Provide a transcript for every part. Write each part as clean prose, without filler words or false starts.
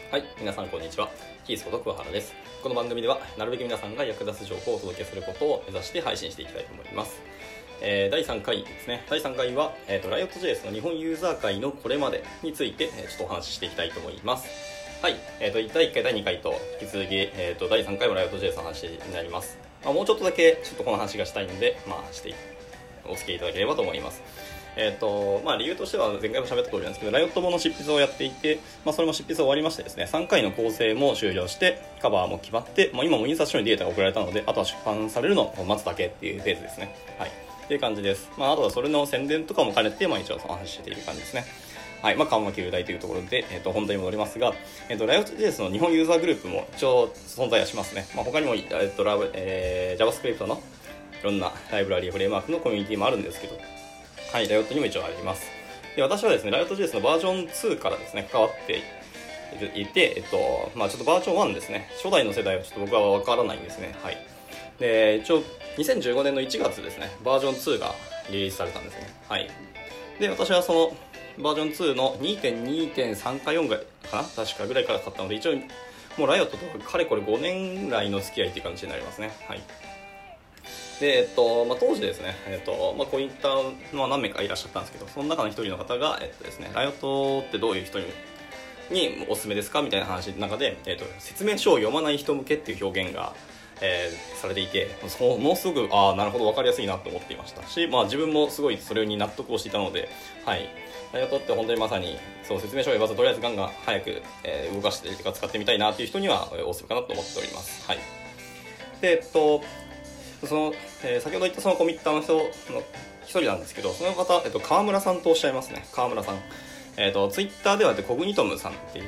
はい、皆さんこんにちは。キースこと桑原です。この番組ではなるべく皆さんが役立つ情報をお届けすることを目指して配信していきたいと思います。第3回ですね。第3回は、Riot.js の日本ユーザー会のこれまでについて、ちょっとお話ししていきたいと思います。はい、第1回、第2回と引き続き、第3回も Riot.js の話になります。もうちょっとだけちょっとこの話がしたいので、お付き合いいただければと思います。理由としては前回も喋った通りなんですけど、ライオット本の執筆をやっていて、それも執筆終わりましてですね、3回の構成も終了してカバーも決まって、今も印刷所にデータが送られたので、あとは出版されるのを待つだけっていうフェーズですね。はい、っていう感じです。あとはそれの宣伝とかも兼ねて、一応お話ししている感じですね。はい、緩和球大というところで、本題に戻りますが、Riot.js の日本ユーザーグループも一応存在はしますね。他にも、JavaScript のいろんなライブラリー、フレームワークのコミュニティもあるんですけど、はい、Riot にも一応あります。で、私はですね、Riot.js のバージョン2からですね、関わっていて、ちょっとバージョン1ですね、初代の世代はちょっと僕はわからないんですね。はい。で、一応、2015年の1月ですね、バージョン2がリリースされたんですね。はい。で、私はその、バージョン2の 2.2.3 か4ぐらいかな確かぐらいから買ったので、一応、もう Riot とかれこれ5年ぐらいの付き合いっていう感じになりますね。はい。で、当時ですね、こういったのは何名かいらっしゃったんですけど、その中の一人の方が、ですね、ライオットってどういう人におすすめですかみたいな話の中で、説明書を読まない人向けっていう表現が、されていて、ものすごく、なるほど、分かりやすいなと思っていましたし、自分もすごいそれに納得をしていたので、はい。ライオットって本当にまさに、そう説明書を読まずとりあえずガンガン早く、動かして使ってみたいなっていう人には、おすすめかなと思っております。はい。で、その先ほど言ったそのコミッターの人の一人なんですけど、その方、川村さんとおっしゃいますね。川村さん。ツイッターではコグニトムさんっていう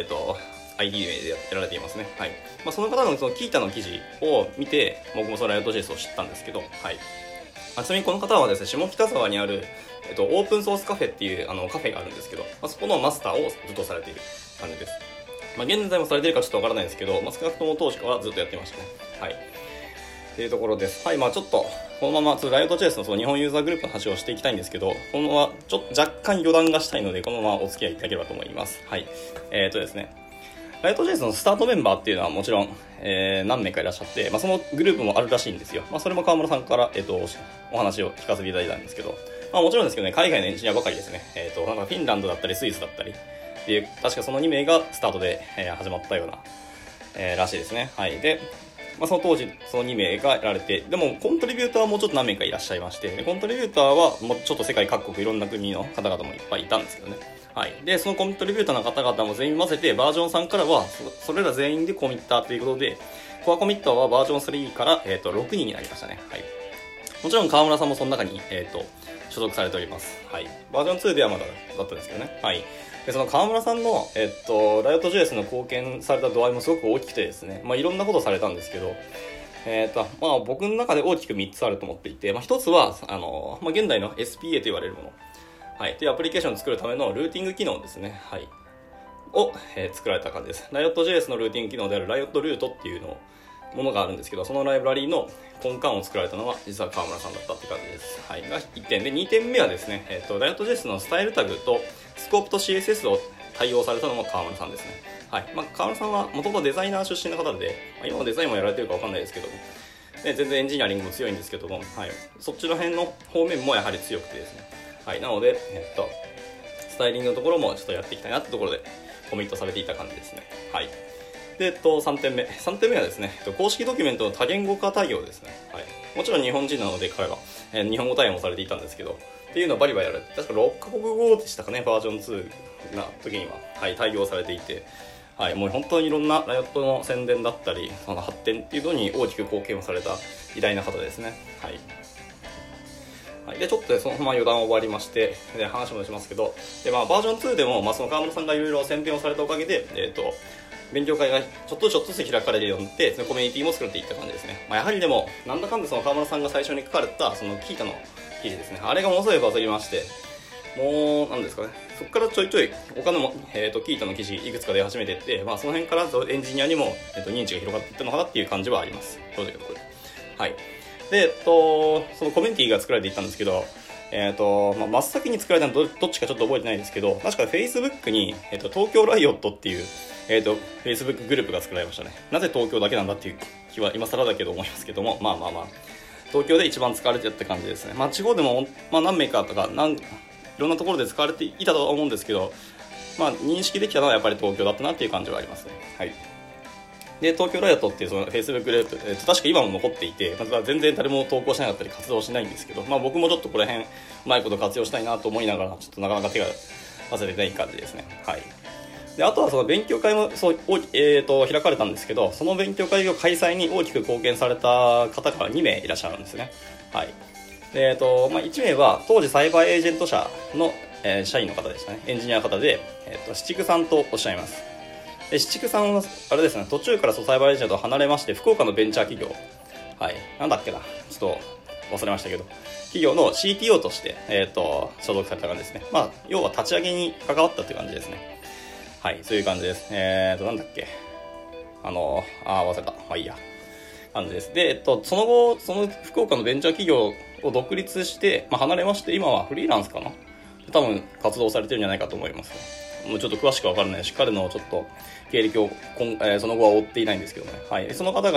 、ID 名でやられていますね。はい。その方のそのキータの記事を見て、僕もその Riot.js を知ったんですけど、はい。ちなみにこの方はですね、下北沢にある、オープンソースカフェっていうカフェがあるんですけど、そこのマスターをずっとされている感じです。現在もされているかちょっとわからないんですけど、少なくとも当時からずっとやってましたね。はい。っていうところです。はい、ちょっとこのままRiot.js のその日本ユーザーグループの話をしていきたいんですけど、このままちょっと若干余談がしたいので、このままお付き合いいただければと思います。はい。ですね。Riot.js のスタートメンバーっていうのはもちろん、何名かいらっしゃって、そのグループもあるらしいんですよ。それも川村さんから、お話を聞かせていただいたんですけど、もちろんですけどね、海外のエンジニアばかりですね。なんかフィンランドだったりスイスだったりっていう、確かその2名がスタートで、始まったような、らしいですね。はい。で、その当時その2名がやられて、でもコントリビューターはもうちょっと何名かいらっしゃいまして、コントリビューターはもうちょっと世界各国いろんな国の方々もいっぱいいたんですけどね。はい。で、そのコントリビューターの方々も全員混ぜて、バージョン3からはそれら全員でコミッターということで、コアコミッターはバージョン3から、6人になりましたね。はい。もちろん川村さんもその中に、所属されております。はい。バージョン2ではまだだったんですけどね。はい。で、その川村さんの、Riot.js の貢献された度合いもすごく大きくてですね、いろんなことされたんですけど、僕の中で大きく3つあると思っていて、1つは、現代の SPA と言われるもの、はい、というアプリケーションを作るためのルーティング機能ですね、はい、を、作られた感じです。Riot.js のルーティング機能である Riot ルートっていうものがあるんですけど、そのライブラリーの根幹を作られたのは実は川村さんだったって感じです。はい、が1点で、2点目はですね、Riot.js のスタイルタグとスコープと CSS を対応されたのも川村さんですね。はい。川村さんはもともとデザイナー出身の方で、今もデザインもやられてるかわかんないですけども、全然エンジニアリングも強いんですけども、はい。そっちの辺の方面もやはり強くてですね。はい。なので、スタイリングのところもちょっとやっていきたいなってところでコミットされていた感じですね。はい。で、3点目。3点目はですね、公式ドキュメントの多言語化対応ですね。はい。もちろん日本人なので彼は、日本語対応もされていたんですけど、っていうのをバリバリやられて、確か6カ国語でしたかね、バージョン2な時には、はい、対応されていて、はい、もう本当にいろんなライオットの宣伝だったり、その発展っていうのに大きく貢献をされた偉大な方ですね。はい。はい、で、ちょっとそのまま余談終わりまして、で、話もしますけど、で、バージョン2でも、その川村さんがいろいろ宣伝をされたおかげで、勉強会がちょっとずつ開かれるようになって、そのコミュニティも作っていった感じですね。やはりでも、なんだかんだその川村さんが最初に書かれた、そのキータの記事ですね。あれがものすごいバズりまして、もう、なんですかね。そこからちょいちょい、他のも、キータの記事いくつか出始めていって、その辺からエンジニアにも、認知が広がっていったのかなっていう感じはあります。正直なところで。はい。で、そのコミュニティが作られていったんですけど、 真っ先に作られたのはどっちかちょっと覚えてないんですけど、確か Facebook に、東京ライオットっていう、Facebook グループが作られましたね。なぜ東京だけなんだっていう気は今更だけど思いますけども、東京で一番使われてたって感じですね。地方でも、何名かとかいろんなところで使われていたとは思うんですけど、認識できたのはやっぱり東京だったなっていう感じはありますね。はい。で、東京ライオットっていうその Facebook グループ、確か今も残っていて、全然誰も投稿しなかったり活動しないんですけど、僕もちょっとこの辺うまいこと活用したいなと思いながら、ちょっとなかなか手が出せてない感じですね。はい。で、あとはその勉強会も開かれたんですけど、その勉強会を開催に大きく貢献された方が2名いらっしゃるんですね。はい。で、1名は当時サイバーエージェント社の、社員の方でしたね。エンジニアの方で、七久さんとおっしゃいます。で、七久さんはあれですね、途中からサイバーエージェントを離れまして、福岡のベンチャー企業、はい、なんだっけな、ちょっと忘れましたけど、企業の CTO として、所属された感じですね。要は立ち上げに関わったという感じですね。はい、そういう感じです。なんだっけ。忘れた。いいや。感じです。で、その後、その福岡のベンチャー企業を独立して、離れまして、今はフリーランスかな多分活動されてるんじゃないかと思います。もうちょっと詳しくわからないし、彼のちょっと経歴をその後は追っていないんですけどね。はい。その方がもう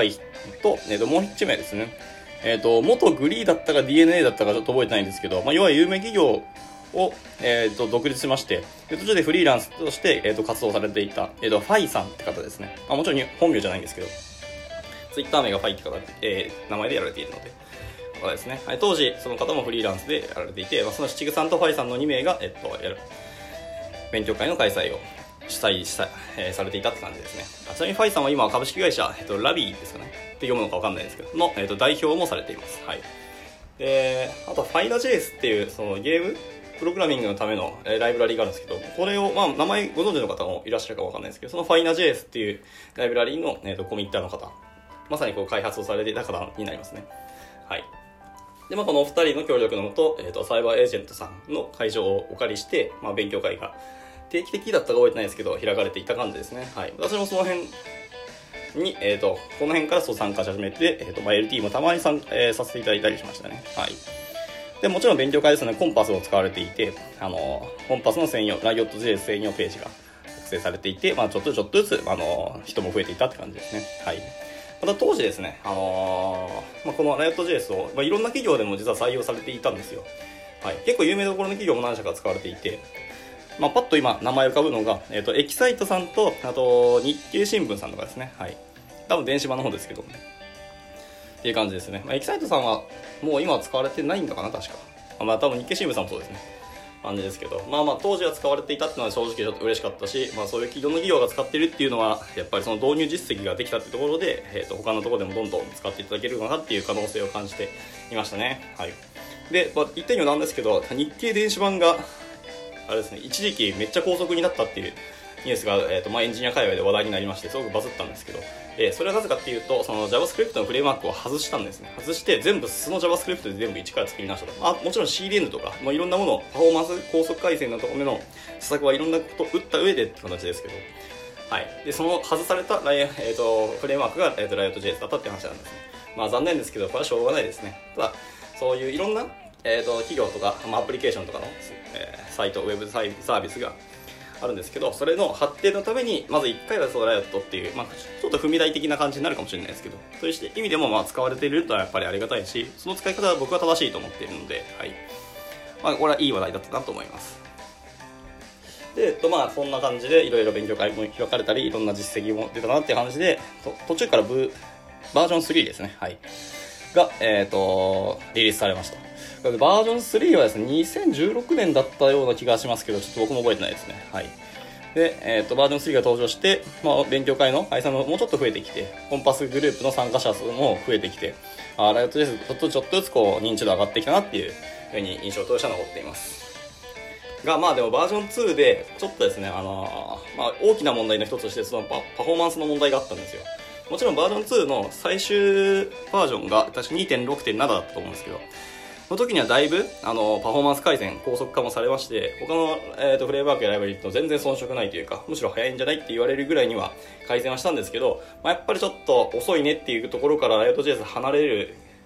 1名ですね。元グリーだったか DNA だったかちょっと覚えてないんですけど、要は有名企業を、独立しまして、途中でフリーランスとして、活動されていた、ファイさんって方ですね。もちろん本名じゃないんですけど、ツイッター名がファイって方、名前でやられているので、方ですね。はい、当時、その方もフリーランスでやられていて、その七久さんとファイさんの2名が、勉強会の開催を主催されていたって感じですね。ちなみにファイさんは今株式会社、ラビーですかね。って読むのかわかんないですけど、の、代表もされています。はい。で、あとは FINA.js っていう、そのゲームプログラミングのためのライブラリーがあるんですけど、これを、名前ご存知の方もいらっしゃるかわかんないですけど、その FINA.js っていうライブラリーの、コミッターの方、まさに開発をされていた方になりますね。はい。で、このお二人の協力のもと、サイバーエージェントさんの会場をお借りして、勉強会が定期的だったか覚えてないですけど、開かれていた感じですね。はい。私もその辺に、この辺から参加し始めて、LT もたまにさせていただいたりしましたね。はい。で、もちろん勉強会ですね、コンパスを使われていて、コンパスの専用、ライオット JS 専用ページが作成されていて、ちょっとずつ、人も増えていたって感じですね。はい。また当時ですね、このライオット JS を、いろんな企業でも実は採用されていたんですよ。はい。結構有名どころの企業も何社か使われていて、パッと今名前浮かぶのが、エキサイトさんと、あと日経新聞さんとかですね。はい。多分電子版の方ですけど、っていう感じですね。エキサイトさんはもう今は使われてないんだかな、確か。多分日経新聞さんもそうですね。感じですけど、当時は使われていたっていうのは正直ちょっと嬉しかったし、そういう企業が使ってるっていうのは、やっぱりその導入実績ができたってところで、他のところでもどんどん使っていただけるかなっていう可能性を感じていましたね。はい。で、言ったようなんですけど、日経電子版が、あれですね、一時期めっちゃ高速になったっていうニュースが、エンジニア界隈で話題になりまして、すごくバズったんですけど、それはなぜかっていうと、その JavaScript のフレームワークを外したんですね。外して、全部素の JavaScript で全部一から作り直したと。もちろん CDN とか、いろんなもの、パフォーマンス高速回線のところでの施策はいろんなことを打った上でって形ですけど、はい。で、その外されたフレームワークが、Riot.js だったって話なんですね。残念ですけど、これはしょうがないですね。ただ、そういういろんな、企業とか、アプリケーションとかの、サイト、ウェブサービスがあるんですけど、それの発展のためにまず1回はそのライオットっていう、ちょっと踏み台的な感じになるかもしれないですけど、そういう意味でも使われているとはやっぱりありがたいし、その使い方は僕は正しいと思っているので、はい。これはいい話題だったなと思います。で、そんな感じでいろいろ勉強会も開かれたり、いろんな実績も出たなっていう感じで、途中からバージョン3ですね。はい。が、リリースされました。バージョン3はですね、2016年だったような気がしますけど、ちょっと僕も覚えてないですね。はい。で、バージョン3が登場して、勉強会の開催ももうちょっと増えてきて、コンパスグループの参加者数も増えてきて、ライオット JS ちょっとずつ認知度上がってきたなっていうふうに印象としては残っています。が、でもバージョン2で、ちょっとですね、大きな問題の一つとして、そのパフォーマンスの問題があったんですよ。もちろんバージョン2の最終バージョンが確か 2.6.7 だったと思うんですけど、その時にはだいぶパフォーマンス改善高速化もされまして、他の、フレームワークやライブラリと全然遜色ないというか、むしろ早いんじゃないって言われるぐらいには改善はしたんですけど、やっぱりちょっと遅いねっていうところから Riot.js 離れる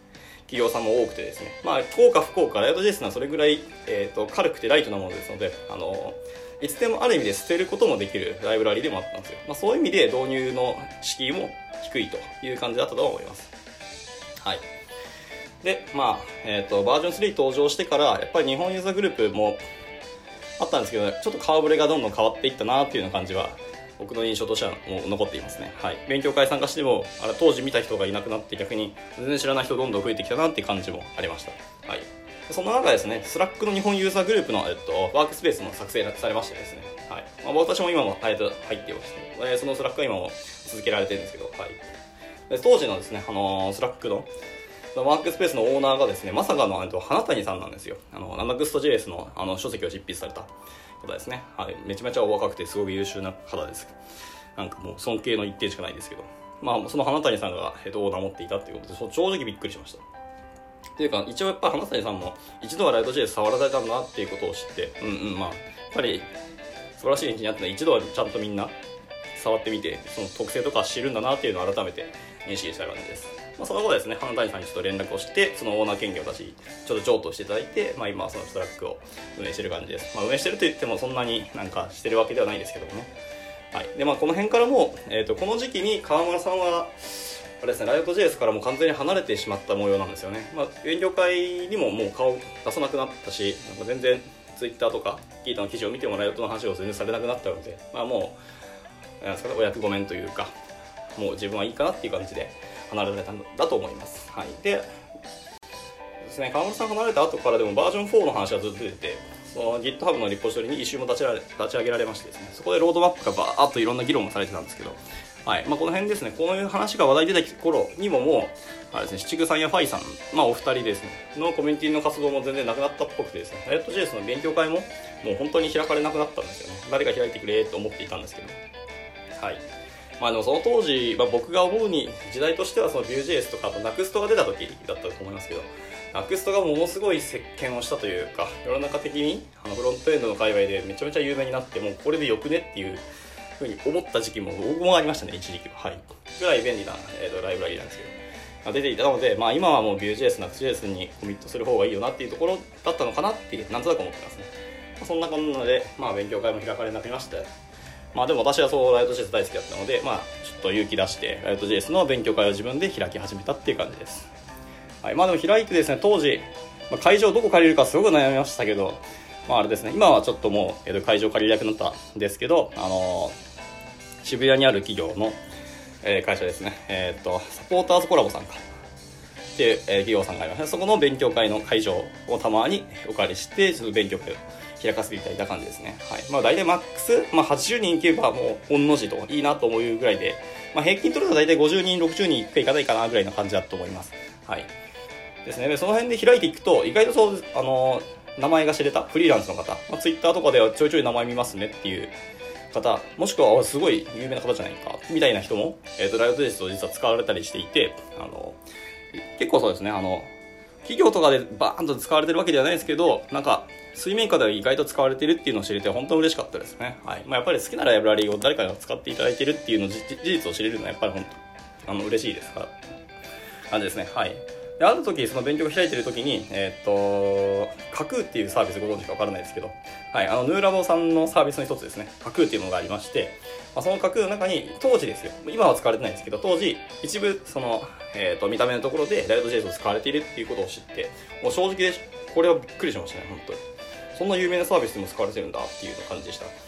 企業さんも多くてですね、幸か不幸かライオット JS はそれぐらい、軽くてライトなものですので、いつでもある意味で捨てることもできるライブラリでもあったんですよ。そういう意味で導入の敷居も低いという感じだったと思います。はい。で、バージョン3登場してから、やっぱり日本ユーザーグループもあったんですけど、ちょっと顔ぶれがどんどん変わっていったなっていうような感じは、僕の印象としてはもう残っていますね。はい。勉強会参加しても、当時見た人がいなくなって逆に全然知らない人どんどん増えてきたなっていう感じもありました。はい。その中ですね、スラックの日本ユーザーグループの、ワークスペースも作成されましてですね、はい。私も今も入ってまして、そのスラックは今も続けられてるんですけど、はい。で当時のですね、スラックのワークスペースのオーナーがですね、まさかの花谷さんなんですよ。Next.js の書籍を執筆された方ですね。はい。めちゃめちゃお若くてすごく優秀な方です。なんかもう尊敬の一点しかないですけど。その花谷さんが、オーナー持っていたっていうことで、正直びっくりしました。っていうか、一応やっぱ花谷さんも一度はライト JS 触らされたんだなっていうことを知って、やっぱり素晴らしいエンジニアってのは一度はちゃんとみんな触ってみて、その特性とか知るんだなっていうのを改めて認識した感じです。その後ですね、花谷さんにちょっと連絡をして、そのオーナー権限を出し、ちょっと譲渡していただいて、今はそのストラックを運営してる感じです。運営してると言ってもそんなになんかしてるわけではないですけどもね。はい。で、この辺からも、この時期に川村さんは、あれですね、ライオット JS からもう完全に離れてしまった模様なんですよね。勉強会にももう顔出さなくなったし、全然 Twitter とかギータの記事を見てもライオットの話を全然されなくなったので、もう、なんですかね、お役御免というか、もう自分はいいかなっていう感じで離れられたんだと思います。はい。でですね、川村さんが離れた後からでもバージョン4の話はずっと出てて、その GitHub のリポジトリにイシューも立ち上げられましてですね、そこでロードマップがバーっといろんな議論もされてたんですけど、はい。この辺ですね、こういう話が話題に出た頃にももう、あれですね、七九さんやファイさん、お二人ですね、のコミュニティの活動も全然なくなったっぽくてですね、Riot.js の勉強会ももう本当に開かれなくなったんですよね。誰か開いてくれと思っていたんですけど。はい。でもその当時、僕が思うに時代としてはその Vue.js とかあと Next が出た時だったと思いますけど、Next がものすごい席巻をしたというか、世の中的にフロントエンドの界隈でめちゃめちゃ有名になって、もうこれでよくねっていうふうに思った時期も僕もありましたね、一時期は。はい。ぐらい便利な、ライブラリなんですけど、出ていたので、今はもう Vue.js、Next.js にコミットする方がいいよなっていうところだったのかなってなんとなく思ってますね。そんなこんなで、勉強会も開かれなくなりまして、でも私はそうライト JS 大好きだったので、ちょっと勇気出してライト JS の勉強会を自分で開き始めたっていう感じです。はい。でも開いてですね、当時、会場どこ借りるかすごく悩みましたけど、あれですね、今はちょっともう、会場借りれなくなったんですけど、渋谷にある企業の、会社ですね、サポーターズコラボさんかっていう、企業さんがありまして、そこの勉強会の会場をたまにお借りして、ちょっと勉強会を開かせていただいた感じですね。はい。大体マックス、80人いけばもう、御の字といいなと思うぐらいで、平均取ると大体50人、60人いくかいかないかなぐらいな感じだと思います。はい。ですね。で、その辺で開いていくと、意外とそう、名前が知れたフリーランスの方、Twitter とかではちょいちょい名前見ますねっていう方、もしくはすごい有名な方じゃないか、みたいな人も、Riot.js を実は使われたりしていて、結構そうですね、企業とかでバーンと使われてるわけではないですけど、なんか、水面下では意外と使われてるっていうのを知れて本当に嬉しかったですね。はい。やっぱり好きなライブラリーを誰かが使っていただいてるっていうの事実を知れるのはやっぱり本当嬉しいですから感じですね。はい。で、ある時その勉強を開いてる時に架空っていうサービスご存知かわからないですけど、はい、ヌーラボさんのサービスの一つですね、架空っていうものがありまして、その架空の中に当時ですよ、今は使われてないんですけど、当時一部その見た目のところで Riot.js を使われているっていうことを知って、もう正直でこれはびっくりしましたね、本当に。そんな有名なサービスでも使われてるんだっていう感じでした。はい。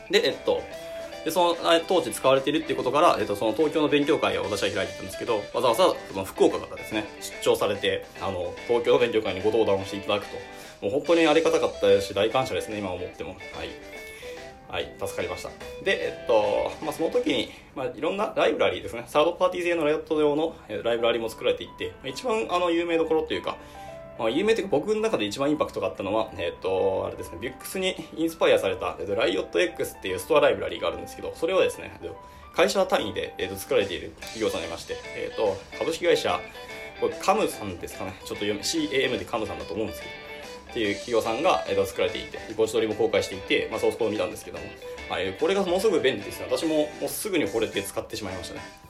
で、で、その当時使われているっていうことから、その東京の勉強会を私は開いてたんですけど、わざわざその福岡からですね、出張されて、東京の勉強会にご登壇をしていただくと、もう本当にありがたかったですし、大感謝ですね、今思っても。はい。はい、助かりました。で、その時に、いろんなライブラリーですね、サードパーティー製のライオット用のライブラリーも作られていて、一番有名どころというか、有名というか僕の中で一番インパクトがあったのは、あれですね、ビュックスにインスパイアされた、RiotX っていうストアライブラリーがあるんですけど、それをですね、会社単位で、作られている企業さんがいまして、株式会社、これカムさんですかね、ちょっと読み、CAM でカムさんだと思うんですけど、っていう企業さんが、作られていて、リポジトリも公開していて、ソースコードを見たんですけども、はい、これがものすごく便利ですね。私ももうすぐに惚れて使ってしまいましたね。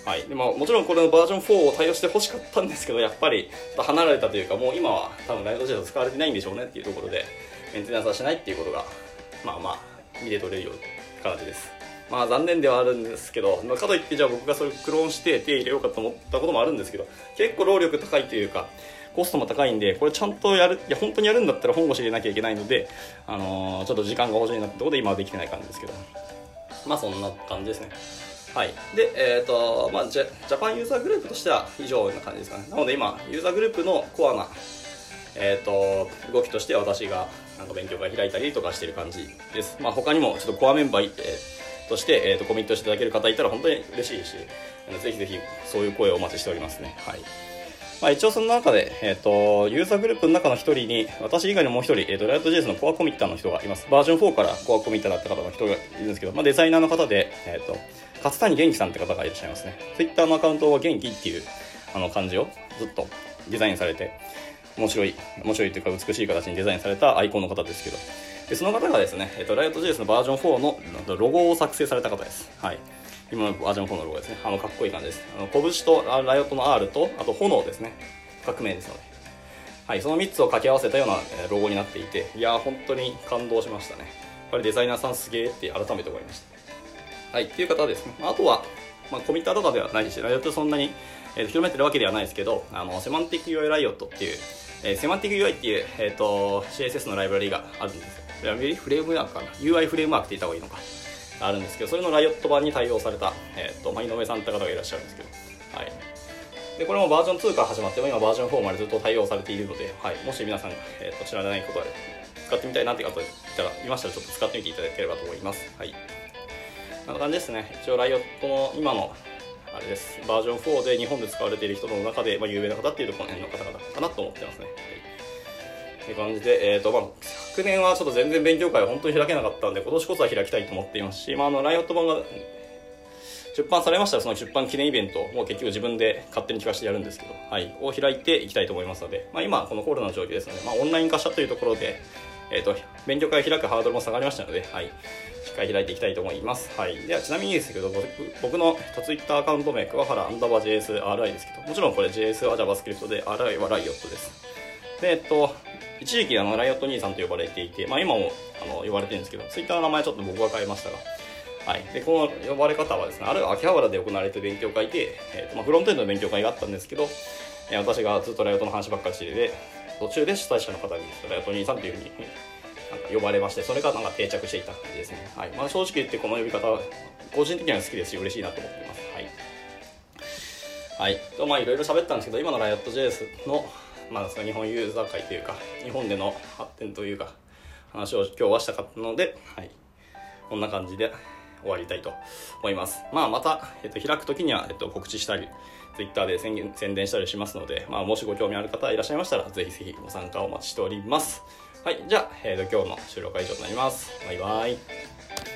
はい。で、まあ、もちろんこれのバージョン4を対応してほしかったんですけど、やっぱりちょっと離れたというか、もう今は多分 Riot.js 使われてないんでしょうねっていうところで、メンテナンスはしないっていうことが、まあまあ、見て取れるような形です。まあ残念ではあるんですけど、かといってじゃあ僕がそれクローンして手入れようかと思ったこともあるんですけど、結構労力高いというか、コストも高いんで、これちゃんとやる、いや本当にやるんだったら本腰入れなきゃいけないので、ちょっと時間が欲しいなってところで今はできてない感じですけど、まあそんな感じですね。はい。で、まあジャパンユーザーグループとしては以上な感じですかね。なので今、ユーザーグループのコアな、動きとして私がなんか勉強会開いたりとかしてる感じです。まあ他にもちょっとコアメンバー、として、コミットしていただける方いたら本当に嬉しいし、ぜひぜひそういう声をお待ちしておりますね。はい。まあ、一応その中で、ユーザーグループの中の一人に、私以外にもう一人、Riot.js のコアコミッターの人がいます。バージョン4からコアコミッターだった方の人がいるんですけど、まあ、デザイナーの方で、勝谷元気さんって方がいらっしゃいますね。Twitter のアカウントは元気っていう漢字をずっとデザインされて、面白いというか美しい形にデザインされたアイコンの方ですけど、でその方がですね、Riot.js のバージョン4のロゴを作成された方です。はい。今のバージョン4のロゴですね。かっこいい感じです。拳とライオットの R と、あと炎ですね。革命ですので。はい。その3つを掛け合わせたようなロゴになっていて、いやー、本当に感動しましたね。やっぱりデザイナーさんすげーって改めて思いました。はい。っていう方ですね。あとは、まあ、コミッターとかではないし、ライオットそんなに、広めてるわけではないですけど、セマンティック UI ライオットっていう、セマンティック UI っていう、CSS のライブラリがあるんですよ。フレームワークかな ?UI フレームワークって言った方がいいのか。あるんですけど、それのライオット版に対応された、井上さんって方がいらっしゃるんですけど、はい。で、これもバージョン2から始まって、今バージョン4までずっと対応されているので、はい。もし皆さん、知らないことで使ってみたいなって方いましたら、ちょっと使ってみていただければと思います。はい。こんな感じですね。一応ライオットの今の、あれです。バージョン4で日本で使われている人の中で、有名な方っていうとこの辺の方々かなと思ってますね。はい。って感じで、昨年はちょっと全然勉強会は本当に開けなかったんで、今年こそは開きたいと思っていますし、ライオット版が出版されましたら、その出版記念イベントも結局自分で勝手に聞かせてやるんですけど、はい、を開いていきたいと思いますので、今このコロナの状況ですので、オンライン化したというところで、勉強会を開くハードルも下がりましたので、はい、しっかり開いていきたいと思います。はい。では、ちなみにですけど、僕のツイッターアカウント名、桑原_JSRI ですけど、もちろんこれ JS は JavaScript で、RI は Riot です。で、一時期ライオット兄さんと呼ばれていて、今も呼ばれてるんですけど、ツイッターの名前ちょっと僕が変えましたが、はい。で、この呼ばれ方はですね、ある秋葉原で行われている勉強会で、フロントエンドの勉強会があったんですけど、私がずっとライオットの話ばっかりしていて、途中で主催者の方にライオット兄さんというふうに呼ばれまして、それが定着していった感じですね。はい。正直言ってこの呼び方は個人的には好きですし、嬉しいなと思っています。はい。はい。と、いろいろ喋ったんですけど、今のライオット JS の日本ユーザー会というか、日本での発展というか、話を今日はしたかったので、はい。こんな感じで終わりたいと思います。また、開くときには、告知したり、Twitter で宣伝したりしますので、もしご興味ある方いらっしゃいましたら、ぜひぜひご参加をお待ちしております。はい。じゃあ、今日の収録は以上になります。バイバイ。